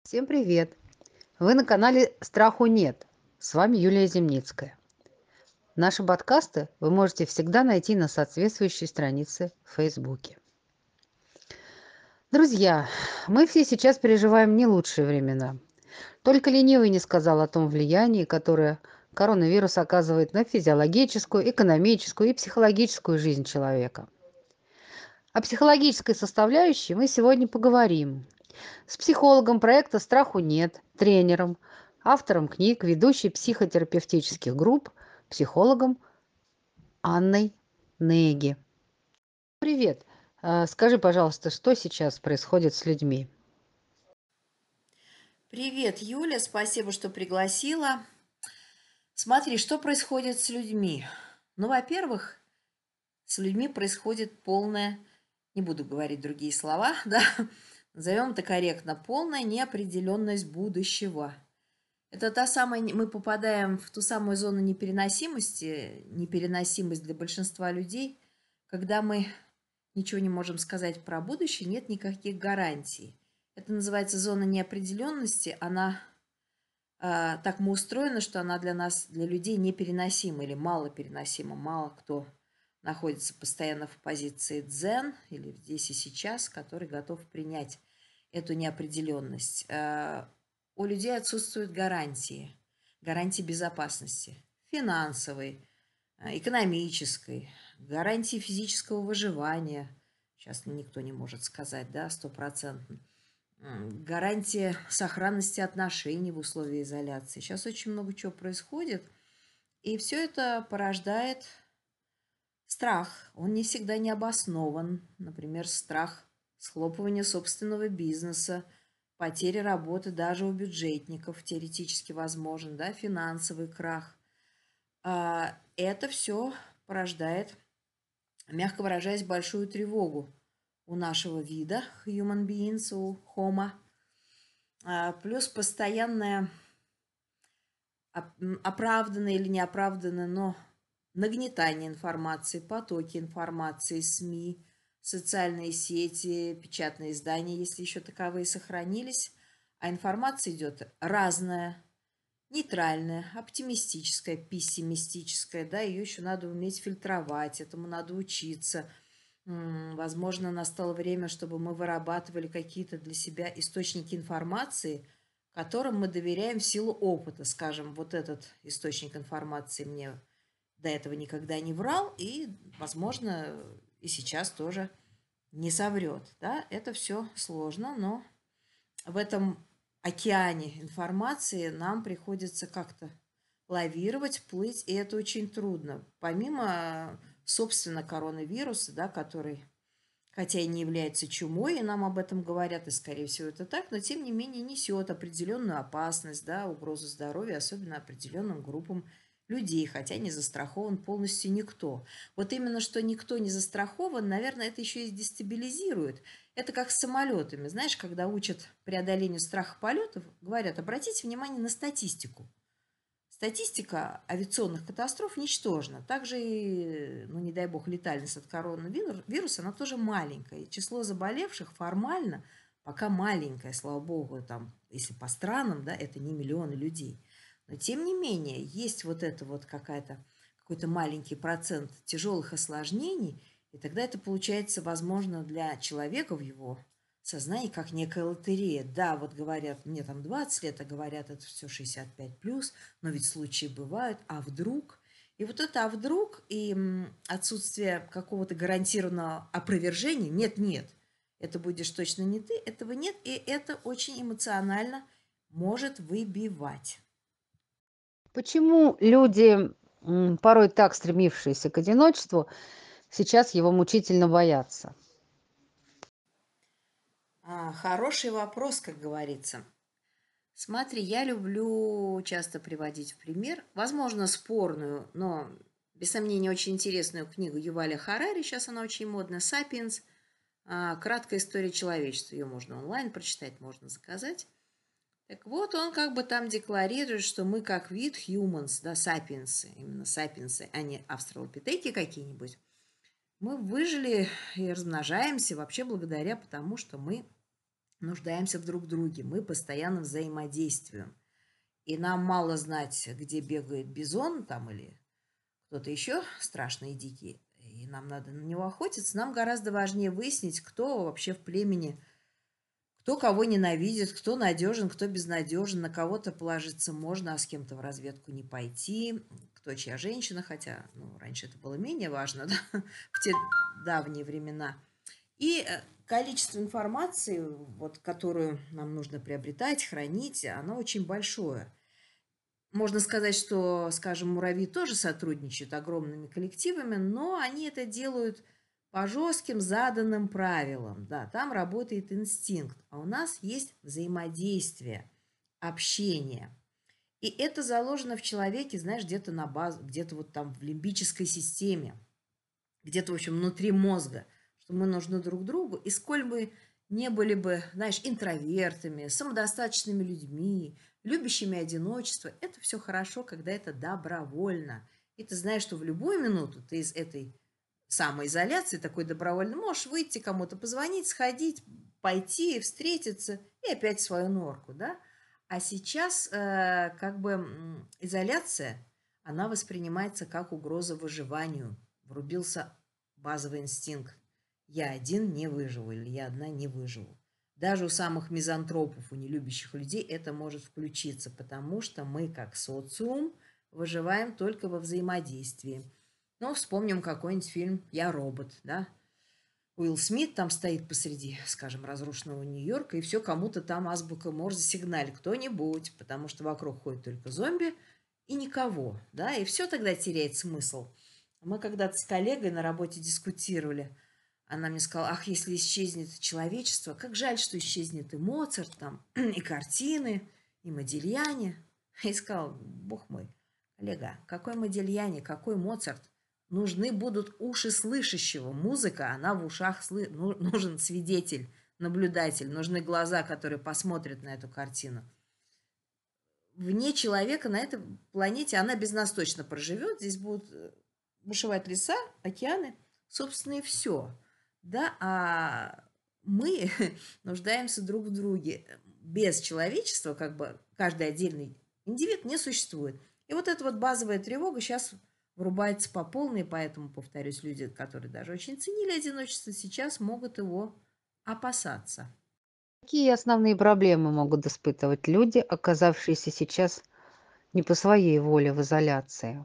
Всем привет! Вы на канале «Страху нет». С вами Юлия Земницкая. Наши подкасты вы можете всегда найти на соответствующей странице в Фейсбуке. Друзья, мы все сейчас переживаем не лучшие времена. Только ленивый не сказал о том влиянии, которое коронавирус оказывает на физиологическую, экономическую и психологическую жизнь человека. О психологической составляющей мы сегодня поговорим с психологом проекта «Страху нет», тренером, автором книг, ведущей психотерапевтических групп, психологом Анной Неги. Привет. Скажи, пожалуйста, что сейчас происходит с людьми? Привет, Юля, спасибо, что пригласила. Смотри, что происходит с людьми. Ну, во-первых, с людьми происходит полная, не буду говорить другие слова, да, назовем это корректно, полная неопределенность будущего. Это та самая, мы попадаем в ту самую зону непереносимости, непереносимость для большинства людей, когда мы ничего не можем сказать про будущее, нет никаких гарантий. Это называется зона неопределенности, она так мы устроены, что она для нас, для людей непереносима или малопереносима. Мало кто находится постоянно в позиции дзен или здесь и сейчас, который готов принять эту неопределенность. У людей отсутствуют гарантии, гарантии безопасности, финансовой, экономической, гарантии физического выживания. Сейчас никто не может сказать, да, стопроцентно. Гарантия сохранности отношений в условиях изоляции. Сейчас очень много чего происходит, и все это порождает страх. Он не всегда не обоснован. Например, страх схлопывания собственного бизнеса, потери работы даже у бюджетников теоретически возможен, да, финансовый крах. Это все порождает, мягко выражаясь, большую тревогу у нашего вида, human beings, у homo. Плюс постоянное оправданное или неоправданное, но нагнетание информации, потоки информации, СМИ, социальные сети, печатные издания, если еще таковые сохранились. А информация идет разная, нейтральная, оптимистическая, пессимистическая, да, ее еще надо уметь фильтровать, этому надо учиться. Возможно, настало время, чтобы мы вырабатывали какие-то для себя источники информации, которым мы доверяем в силу опыта. Скажем, вот этот источник информации мне до этого никогда не врал, и, возможно, и сейчас тоже не соврет. Да? Это все сложно, но в этом океане информации нам приходится как-то лавировать, плыть, и это очень трудно. Помимо, собственно, коронавируса, да, который, хотя и не является чумой, и нам об этом говорят, и, скорее всего, это так, но, тем не менее, несет определенную опасность, да, угрозу здоровью, особенно определенным группам людей, хотя не застрахован полностью никто. Вот именно что никто не застрахован, наверное, это еще и дестабилизирует. Это как с самолетами. Знаешь, когда учат преодолению страха полетов, говорят, обратите внимание на статистику. Статистика авиационных катастроф ничтожна. Также и, ну не дай бог, летальность от коронавируса, она тоже маленькая. И число заболевших формально пока маленькое, слава богу, там, если по странам, да, это не миллионы людей. Но тем не менее, есть вот это вот какой-то маленький процент тяжелых осложнений, и тогда это получается возможно для человека в его сознании как некая лотерея. Да, вот говорят, мне там 20 лет, а говорят, это все 65+, но ведь случаи бывают, а вдруг? И вот это «а вдруг» и отсутствие какого-то гарантированного опровержения «нет-нет, это будешь точно не ты», этого нет, и это очень эмоционально может выбивать. Почему люди, порой так стремившиеся к одиночеству, сейчас его мучительно боятся? Хороший вопрос, как говорится. Смотри, я люблю часто приводить в пример, возможно, спорную, но, без сомнения, очень интересную книгу Юваля Харари, сейчас она очень модная, «Сапиенс», краткая история человечества. Ее можно онлайн прочитать, можно заказать. Так вот, он как бы там декларирует, что мы как вид humans, да, сапиенсы, именно сапиенсы, а не австралопитеки какие-нибудь, мы выжили и размножаемся вообще благодаря тому, что мы нуждаемся в друг друге, мы постоянно взаимодействуем. И нам мало знать, где бегает бизон там или кто-то еще страшный и дикий, и нам надо на него охотиться. Нам гораздо важнее выяснить, кто вообще в племени, кто кого ненавидит, кто надежен, кто безнадежен, на кого-то положиться можно, а с кем-то в разведку не пойти, кто чья женщина, хотя раньше это было менее важно, да, в те давние времена. И количество информации, вот, которую нам нужно приобретать, хранить, оно очень большое. Можно сказать, что, скажем, муравьи тоже сотрудничают огромными коллективами, но они это делают по жестким заданным правилам. Да, там работает инстинкт, а у нас есть взаимодействие, общение. И это заложено в человеке, знаешь, где-то на базе, где-то вот там в лимбической системе, где-то, в общем, внутри мозга, что мы нужны друг другу. И сколь мы не были бы, знаешь, интровертами, самодостаточными людьми, любящими одиночество, это все хорошо, когда это добровольно. И ты знаешь, что в любую минуту ты из этой самоизоляции такой добровольно можешь выйти, кому-то позвонить, сходить, пойти, встретиться и опять в свою норку, да? А сейчас как бы изоляция, она воспринимается как угроза выживанию. Врубился базовый инстинкт. Я один не выживу или я одна не выживу. Даже у самых мизантропов, у нелюбящих людей это может включиться, потому что мы, как социум, выживаем только во взаимодействии. Ну, вспомним какой-нибудь фильм «Я робот», да? Уилл Смит там стоит посреди, скажем, разрушенного Нью-Йорка, и все кому-то там азбука Морзе сигналит кто-нибудь, потому что вокруг ходят только зомби и никого, да, и все тогда теряет смысл. Мы когда-то с коллегой на работе дискутировали. Она мне сказала: ах, если исчезнет человечество, как жаль, что исчезнет и Моцарт, там, и картины, и Модильяне. И сказала: бог мой, коллега, какой Модильяне, какой Моцарт? Нужны будут уши слышащего. Музыка, она в ушах нужен свидетель, наблюдатель. Нужны глаза, которые посмотрят на эту картину. Вне человека на этой планете она без нас точно проживет. Здесь будут бушевать леса, океаны, собственно, и все. Да, а мы нуждаемся друг в друге. Без человечества, как бы каждый отдельный индивид не существует. И вот эта вот базовая тревога сейчас врубается по полной, поэтому, повторюсь, люди, которые даже очень ценили одиночество, сейчас могут его опасаться. Какие основные проблемы могут испытывать люди, оказавшиеся сейчас не по своей воле в изоляции?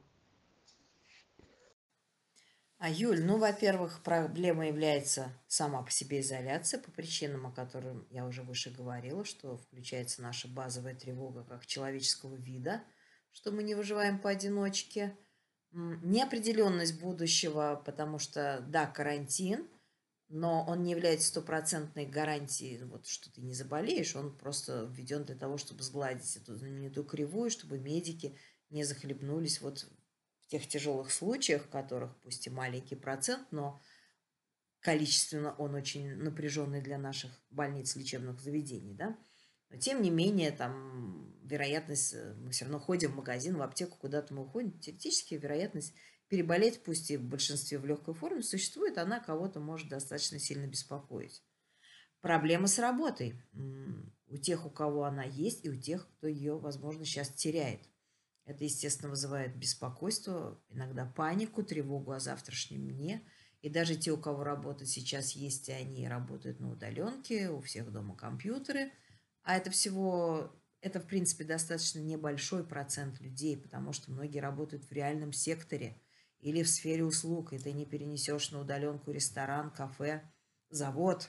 Юль, ну, во-первых, проблема является сама по себе изоляция, по причинам, о которых я уже выше говорила, что включается наша базовая тревога как человеческого вида, что мы не выживаем поодиночке. Неопределенность будущего, потому что, да, карантин, но он не является стопроцентной гарантией, вот, что ты не заболеешь, он просто введен для того, чтобы сгладить эту знаменитую кривую, чтобы медики не захлебнулись вот в тех тяжелых случаях, в которых пусть и маленький процент, но количественно он очень напряженный для наших больниц, лечебных заведений, да. Но тем не менее, там вероятность, мы все равно ходим в магазин, в аптеку, куда-то мы уходим, теоретически вероятность переболеть, пусть и в большинстве в легкой форме, существует, она кого-то может достаточно сильно беспокоить. Проблема с работой. У тех, у кого она есть, и у тех, кто ее, возможно, сейчас теряет. Это, естественно, вызывает беспокойство, иногда панику, тревогу о завтрашнем дне. И даже те, у кого работа сейчас есть, и они работают на удаленке, у всех дома компьютеры. А это всего, это, в принципе, достаточно небольшой процент людей, потому что многие работают в реальном секторе или в сфере услуг, и ты не перенесешь на удаленку ресторан, кафе, завод,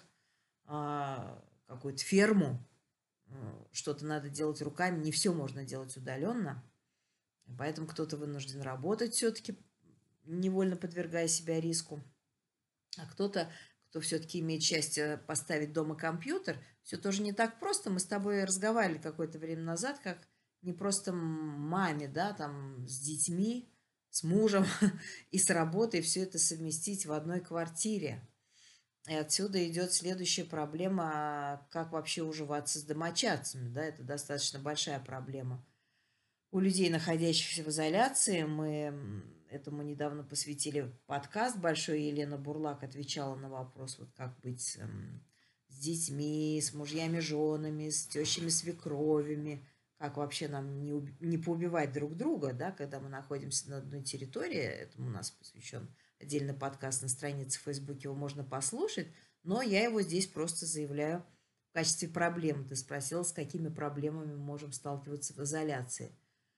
какую-то ферму. Что-то надо делать руками, не все можно делать удаленно. Поэтому кто-то вынужден работать все-таки, невольно подвергая себя риску. А кто-то, кто все-таки имеет счастье поставить дома компьютер, все тоже не так просто. Мы с тобой разговаривали какое-то время назад, как не просто маме, да, там с детьми, с мужем и с работой все это совместить в одной квартире. И отсюда идет следующая проблема, как вообще уживаться с домочадцами, да, это достаточно большая проблема. У людей, находящихся в изоляции, мы этому недавно посвятили подкаст большой. Елена Бурлак отвечала на вопрос, вот как быть с с детьми, с мужьями, женами, с тещами, свекровями, как вообще нам не поубивать друг друга, да, когда мы находимся на одной территории. Этому у нас посвящен отдельный подкаст на странице в Фейсбуке, его можно послушать, но я его здесь просто заявляю в качестве проблемы. Ты спросила, с какими проблемами мы можем сталкиваться в изоляции.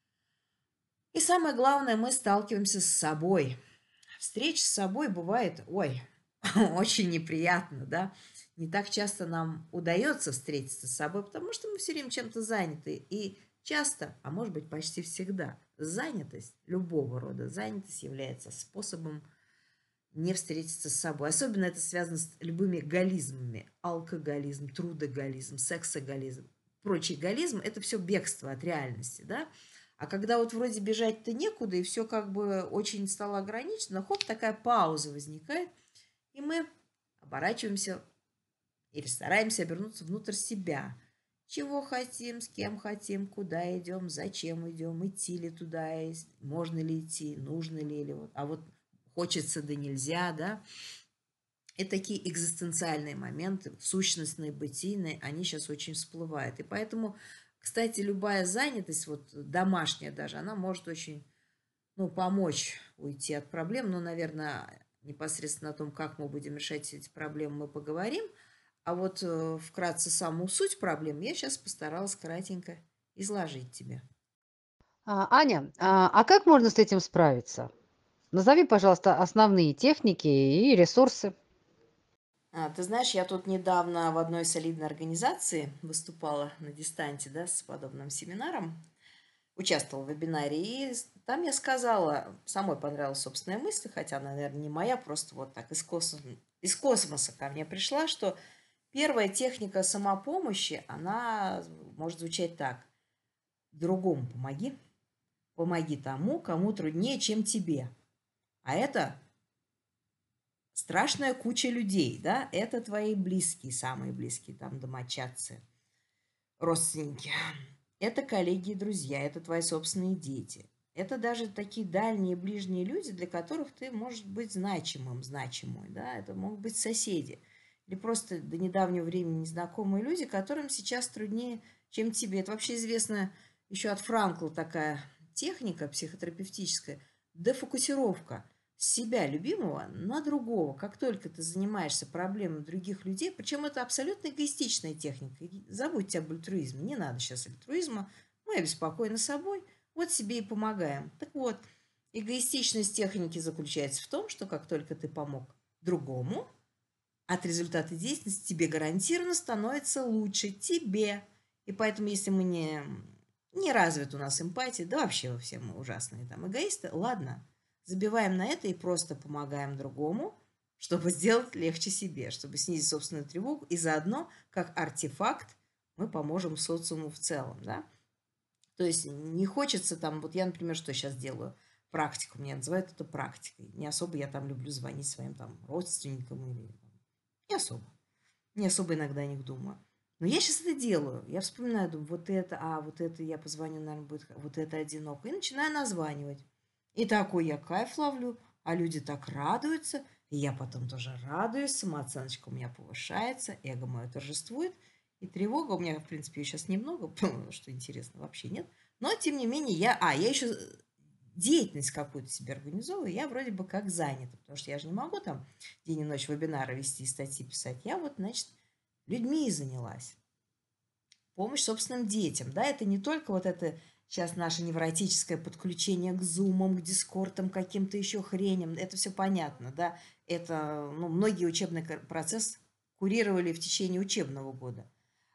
И самое главное, мы сталкиваемся с собой. Встреча с собой бывает, ой, очень неприятно, да. Не так часто нам удается встретиться с собой, потому что мы все время чем-то заняты. И часто, а может быть почти всегда, занятость, любого рода занятость является способом не встретиться с собой. Особенно это связано с любыми гализмами. Алкоголизм, трудоголизм, сексоголизм, прочий гализм – это все бегство от реальности, да. А когда вот вроде бежать-то некуда, и все как бы очень стало ограничено, хоп, такая пауза возникает, и мы оборачиваемся или стараемся обернуться внутрь себя. Чего хотим, с кем хотим, куда идем, зачем идем, идти ли туда, можно ли идти, нужно ли, или вот, а вот хочется да нельзя, да. Это такие экзистенциальные моменты, сущностные, бытийные, они сейчас очень всплывают. И поэтому, кстати, любая занятость, вот домашняя даже, она может очень, помочь уйти от проблем. Но, наверное, непосредственно о том, как мы будем решать эти проблемы, мы поговорим. А вот вкратце саму суть проблем я сейчас постаралась кратенько изложить тебе. Аня, а как можно с этим справиться? Назови, пожалуйста, основные техники и ресурсы. Ты знаешь, я тут недавно в одной солидной организации выступала на дистанте, да, с подобным семинаром, участвовала в вебинаре, и там я сказала, самой понравилась собственная мысль, хотя она, наверное, не моя, просто вот так из космоса ко мне пришла, что первая техника самопомощи, она может звучать так. Другому помоги, помоги тому, кому труднее, чем тебе. А это страшная куча людей, да, это твои близкие, самые близкие, там, домочадцы, родственники. Это коллеги и друзья, это твои собственные дети. Это даже такие дальние, ближние люди, для которых ты можешь быть значимой, да, это могут быть соседи. Или просто до недавнего времени незнакомые люди, которым сейчас труднее, чем тебе. Это вообще известно еще от Франкла такая техника психотерапевтическая, дефокусировка себя любимого на другого. Как только ты занимаешься проблемой других людей, причем это абсолютно эгоистичная техника. Забудьте об альтруизме, не надо сейчас альтруизма, мы обеспокоены собой, вот себе и помогаем. Так вот, эгоистичность техники заключается в том, что как только ты помог другому, от результата деятельности тебе гарантированно становится лучше тебе. И поэтому, если мы не развит у нас эмпатия, да вообще все мы ужасные там эгоисты, ладно, забиваем на это и просто помогаем другому, чтобы сделать легче себе, чтобы снизить собственную тревогу, и заодно, как артефакт, мы поможем социуму в целом, да. То есть не хочется там, вот я, например, что сейчас делаю, практику, меня называют это практикой. Не особо я там люблю звонить своим там родственникам или не особо. Не особо иногда о них думаю. Но я сейчас это делаю. Я вспоминаю, думаю, вот это я позвоню, наверное, будет, вот это одиноко. И начинаю названивать. И такой я кайф ловлю, а люди так радуются. И я потом тоже радуюсь, самооценочка у меня повышается, эго мое торжествует. И тревога у меня, в принципе, ее сейчас немного, что интересно, вообще нет. Но, тем не менее, я еще деятельность какую-то себе организовываю, я вроде бы как занята, потому что я же не могу там день и ночь вебинары вести, статьи писать. Я вот, значит, людьми и занялась. Помощь собственным детям, да, это не только вот это сейчас наше невротическое подключение к зумам, к дискордам, каким-то еще хреням, это все понятно, да, это, многие учебный процесс курировали в течение учебного года.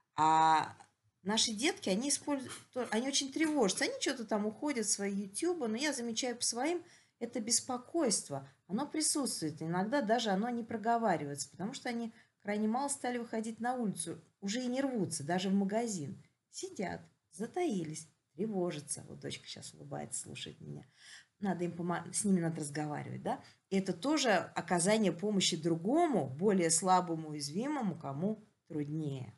А наши детки, они используют, они очень тревожатся, они что-то там уходят в свои ютубы, но я замечаю по своим, это беспокойство, оно присутствует, иногда даже оно не проговаривается, потому что они крайне мало стали выходить на улицу, уже и не рвутся, даже в магазин. Сидят, затаились, тревожатся. Вот дочка сейчас улыбается, слушает меня. Надо им с ними надо разговаривать, да? И это тоже оказание помощи другому, более слабому, уязвимому, кому труднее.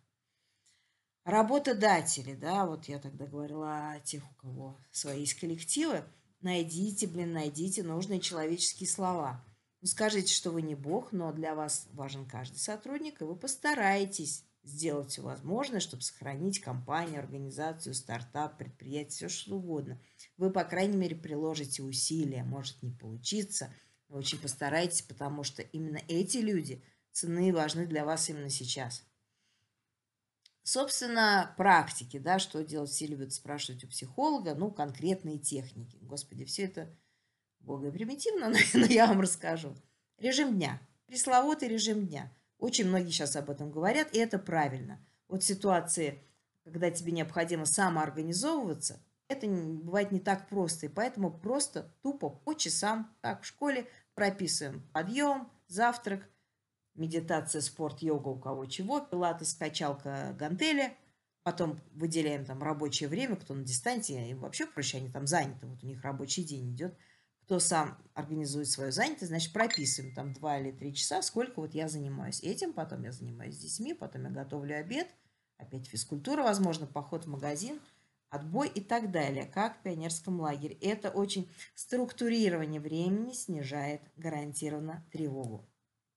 Работодатели, да, вот я тогда говорила о тех, у кого свои есть коллективы, найдите нужные человеческие слова. Ну, скажите, что вы не бог, но для вас важен каждый сотрудник, и вы постараетесь сделать все возможное, чтобы сохранить компанию, организацию, стартап, предприятие, все что угодно. Вы, по крайней мере, приложите усилия. Может не получиться, но очень постарайтесь, потому что именно эти люди ценны и важны для вас именно сейчас. Собственно, практики, да, что делать, все любят спрашивать у психолога, ну, конкретные техники. Господи, все это бога примитивно, но я вам расскажу. Режим дня. Пресловутый режим дня. Очень многие сейчас об этом говорят, и это правильно. Вот в ситуации, когда тебе необходимо самоорганизовываться, это бывает не так просто, и поэтому просто тупо по часам, как в школе, прописываем подъем, завтрак, медитация, спорт, йога, у кого чего, пилатес, качалка, гантели. Потом выделяем там рабочее время, кто на дистанции, им вообще проще, они там заняты, вот у них рабочий день идет. Кто сам организует свою занятость, значит, прописываем там 2 или 3 часа, сколько вот я занимаюсь этим, потом я занимаюсь с детьми, потом я готовлю обед, опять физкультура, возможно, поход в магазин, отбой и так далее, как в пионерском лагере. Это очень структурирование времени снижает гарантированно тревогу.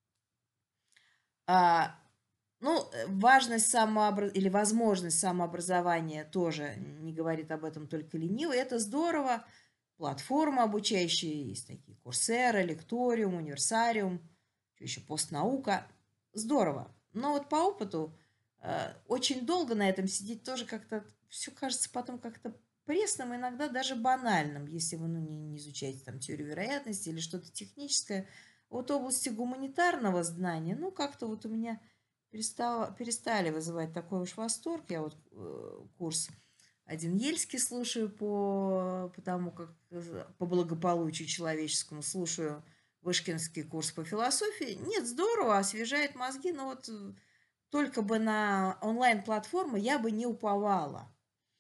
Важность или возможность самообразования тоже не говорит об этом только ленивый. Это здорово. Платформы обучающие есть такие. Курсера, Лекториум, Универсариум, еще постнаука. Здорово. Но вот по опыту очень долго на этом сидеть тоже как-то все кажется потом как-то пресным, иногда даже банальным, если вы не изучаете там теорию вероятности или что-то техническое. Вот области гуманитарного знания, как-то вот у меня перестали вызывать такой уж восторг. Я вот курс один ельский слушаю потому как по благополучию человеческому, слушаю вышкинский курс по философии. Нет, здорово, освежает мозги, но вот только бы на онлайн-платформы я бы не уповала.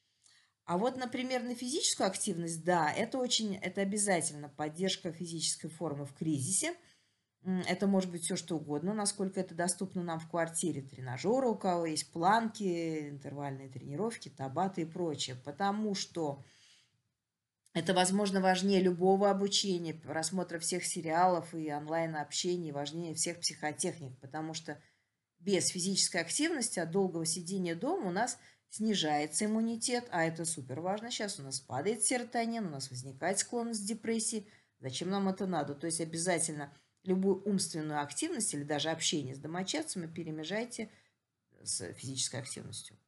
А вот, например, на физическую активность, да, это обязательно поддержка физической формы в кризисе. Это может быть все что угодно, насколько это доступно нам в квартире. Тренажеры, у кого есть планки, интервальные тренировки, табаты и прочее. Потому что это, возможно, важнее любого обучения, просмотра всех сериалов и онлайн-общения, важнее всех психотехник. Потому что без физической активности от долгого сидения дома у нас снижается иммунитет, а это супер важно. Сейчас у нас падает серотонин, у нас возникает склонность к депрессии. Зачем нам это надо? То есть обязательно любую умственную активность или даже общение с домочадцами перемежайте с физической активностью.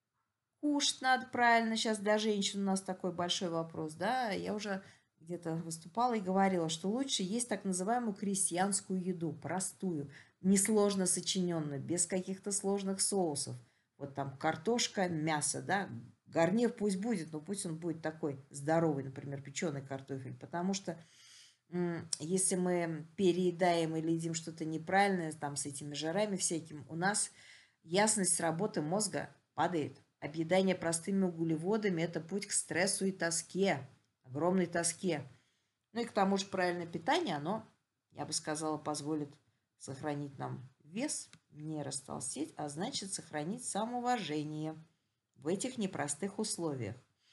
Кушать надо правильно. Сейчас для женщин у нас такой большой вопрос, да. Я уже где-то выступала и говорила, что лучше есть так называемую крестьянскую еду, простую, несложно сочиненную, без каких-то сложных соусов. Вот там картошка, мясо, да, гарнир пусть будет, но пусть он будет такой здоровый, например, печеный картофель, потому что если мы переедаем или едим что-то неправильное, там с этими жирами всякими, у нас ясность работы мозга падает. Объедание простыми углеводами – это путь к стрессу и тоске, огромной тоске. Ну и к тому же правильное питание, оно, я бы сказала, позволит сохранить нам вес, не растолстеть, а значит сохранить самоуважение в этих непростых условиях.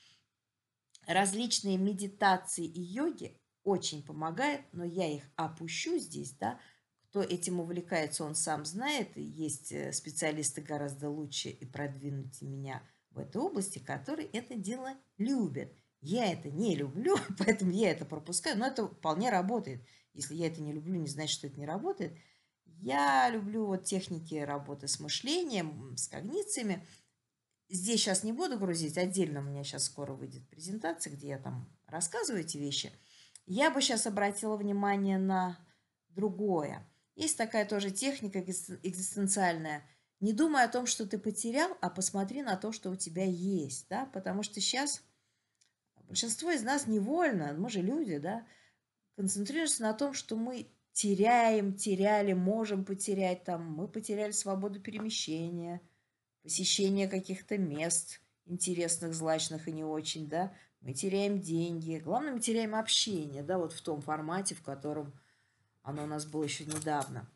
Различные медитации и йоги очень помогают, но я их опущу здесь, да. Кто этим увлекается, он сам знает. И есть специалисты гораздо лучше и продвинутее меня в этой области, которые это дело любят. Я это не люблю, поэтому я это пропускаю, но это вполне работает. Если я это не люблю, не значит, что это не работает. Я люблю вот техники работы с мышлением, с когнициями. Здесь сейчас не буду грузить, отдельно у меня сейчас скоро выйдет презентация, где я там рассказываю эти вещи. Я бы сейчас обратила внимание на другое. Есть такая тоже техника экзистенциальная. Не думай о том, что ты потерял, а посмотри на то, что у тебя есть, да, потому что сейчас большинство из нас невольно, мы же люди, да, концентрируются на том, что мы теряли, можем потерять, там, мы потеряли свободу перемещения, посещение каких-то мест интересных, злачных и не очень, да, мы теряем деньги. Главное, мы теряем общение, да, вот в том формате, в котором оно у нас было еще недавно.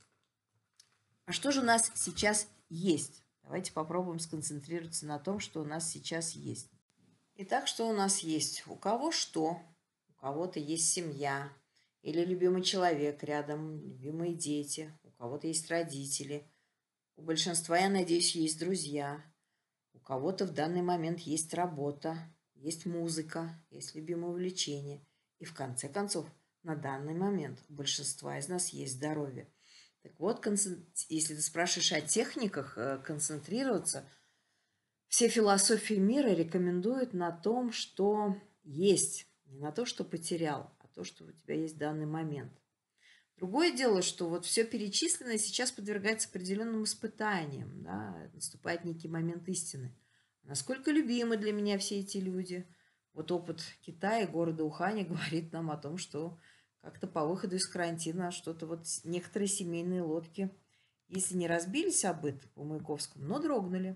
А что же у нас сейчас есть? Давайте попробуем сконцентрироваться на том, что у нас сейчас есть. Итак, что у нас есть? У кого что? У кого-то есть семья, Или любимый человек рядом, любимые дети, у кого-то есть родители, у большинства, я надеюсь, есть друзья, у кого-то в данный момент есть работа, есть музыка, есть любимое увлечение. И в конце концов, на данный момент у большинства из нас есть здоровье. Так вот, если ты спрашиваешь о техниках концентрироваться, все философии мира рекомендуют на том, что есть, не на то, что потерял, а то, что у тебя есть в данный момент. Другое дело, что вот все перечисленное сейчас подвергается определенным испытаниям, да, наступает некий момент истины. Насколько любимы для меня все эти люди? Вот опыт Китая, города Уханя говорит нам о том, что как-то по выходу из карантина что-то вот некоторые семейные лодки, если не разбились об это по Маяковскому, но дрогнули.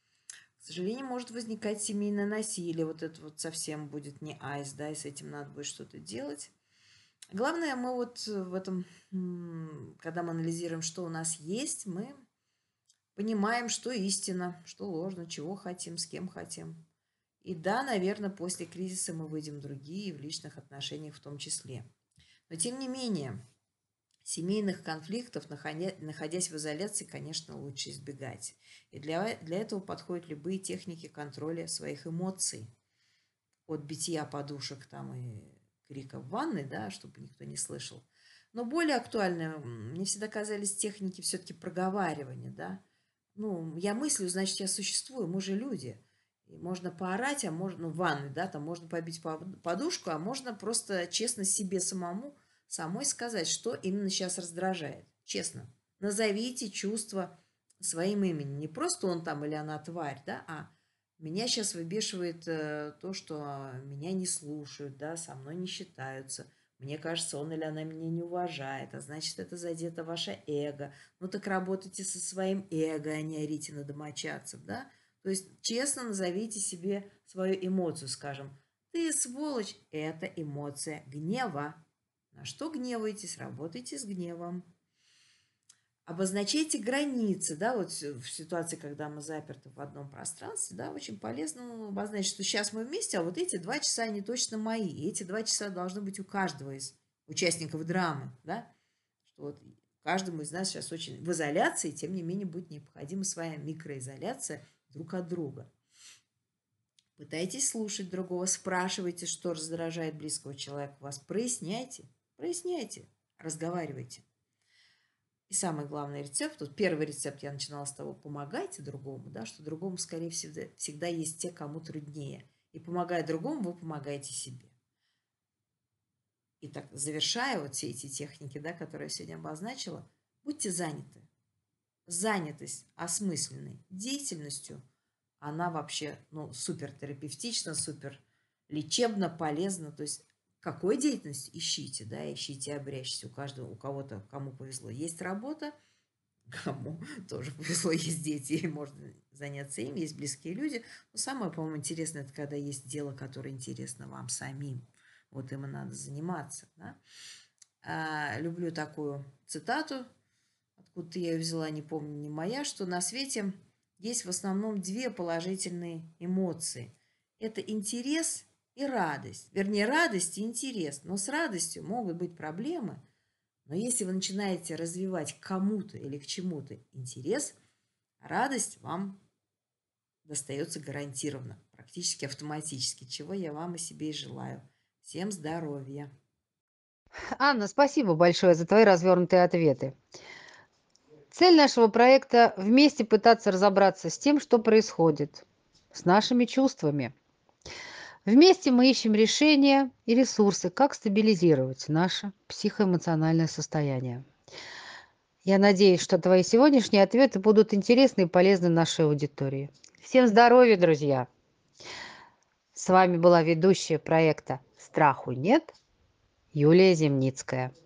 К сожалению, может возникать семейное насилие, вот это вот совсем будет не айс, да, и с этим надо будет что-то делать. Главное, мы вот в этом, когда мы анализируем, что у нас есть, мы понимаем, что истина, что ложно, чего хотим, с кем хотим. И да, наверное, после кризиса мы выйдем другие, в личных отношениях в том числе. Но тем не менее, семейных конфликтов, находясь в изоляции, конечно, лучше избегать. И для этого подходят любые техники контроля своих эмоций. От битья подушек там и крика в ванной, да, чтобы никто не слышал. Но более актуальны мне всегда казались техники все-таки проговаривания, да. Ну, я мыслю, значит, я существую, мы же люди. И можно поорать, а можно, ну, в ванной, да, там можно побить подушку, а можно просто честно себе самой сказать, что именно сейчас раздражает. Честно. Назовите чувство своим именем. Не просто он там или она тварь, да, а меня сейчас выбешивает то, что меня не слушают, да, со мной не считаются. Мне кажется, он или она меня не уважает, а значит, это задето ваше эго. Ну так работайте со своим эго, а не орите на домочадцев, да? То есть честно назовите себе свою эмоцию, скажем, ты сволочь, это эмоция гнева. На что гневаетесь, работайте с гневом. Обозначайте границы, да, вот в ситуации, когда мы заперты в одном пространстве, да, очень полезно обозначить, что сейчас мы вместе, а вот эти 2 часа, они точно мои, и эти 2 часа должны быть у каждого из участников драмы, да, что вот каждому из нас сейчас очень в изоляции, тем не менее будет необходима своя микроизоляция друг от друга. Пытайтесь слушать другого, спрашивайте, что раздражает близкого человека вас, проясняйте, разговаривайте. И самый главный рецепт, вот первый рецепт я начинала с того, помогайте другому, да, что другому, скорее всегда есть те, кому труднее. И помогая другому, вы помогаете себе. И так, завершая вот все эти техники, да, которые я сегодня обозначила, будьте заняты. Занятость осмысленной деятельностью, она вообще, ну, супер терапевтична, супер лечебно, полезна. То есть какой деятельность ищите, да, ищите обрящите. У каждого, у кого-то, кому повезло, есть работа, кому тоже повезло, есть дети, и можно заняться им, есть близкие люди. Но самое, по-моему, интересное, это когда есть дело, которое интересно вам самим. Вот им и надо заниматься. Да? Люблю такую цитату, откуда я ее взяла, не помню, не моя, что на свете есть в основном две положительные эмоции. Это интерес и радость. Вернее, радость и интерес. Но с радостью могут быть проблемы. Но если вы начинаете развивать к кому-то или к чему-то интерес, радость вам достается гарантированно, практически автоматически, чего я вам и себе и желаю. Всем здоровья! Анна, спасибо большое за твои развернутые ответы. Цель нашего проекта – вместе пытаться разобраться с тем, что происходит, с нашими чувствами. Вместе мы ищем решения и ресурсы, как стабилизировать наше психоэмоциональное состояние. Я надеюсь, что твои сегодняшние ответы будут интересны и полезны нашей аудитории. Всем здоровья, друзья! С вами была ведущая проекта «Страху нет» Юлия Земницкая.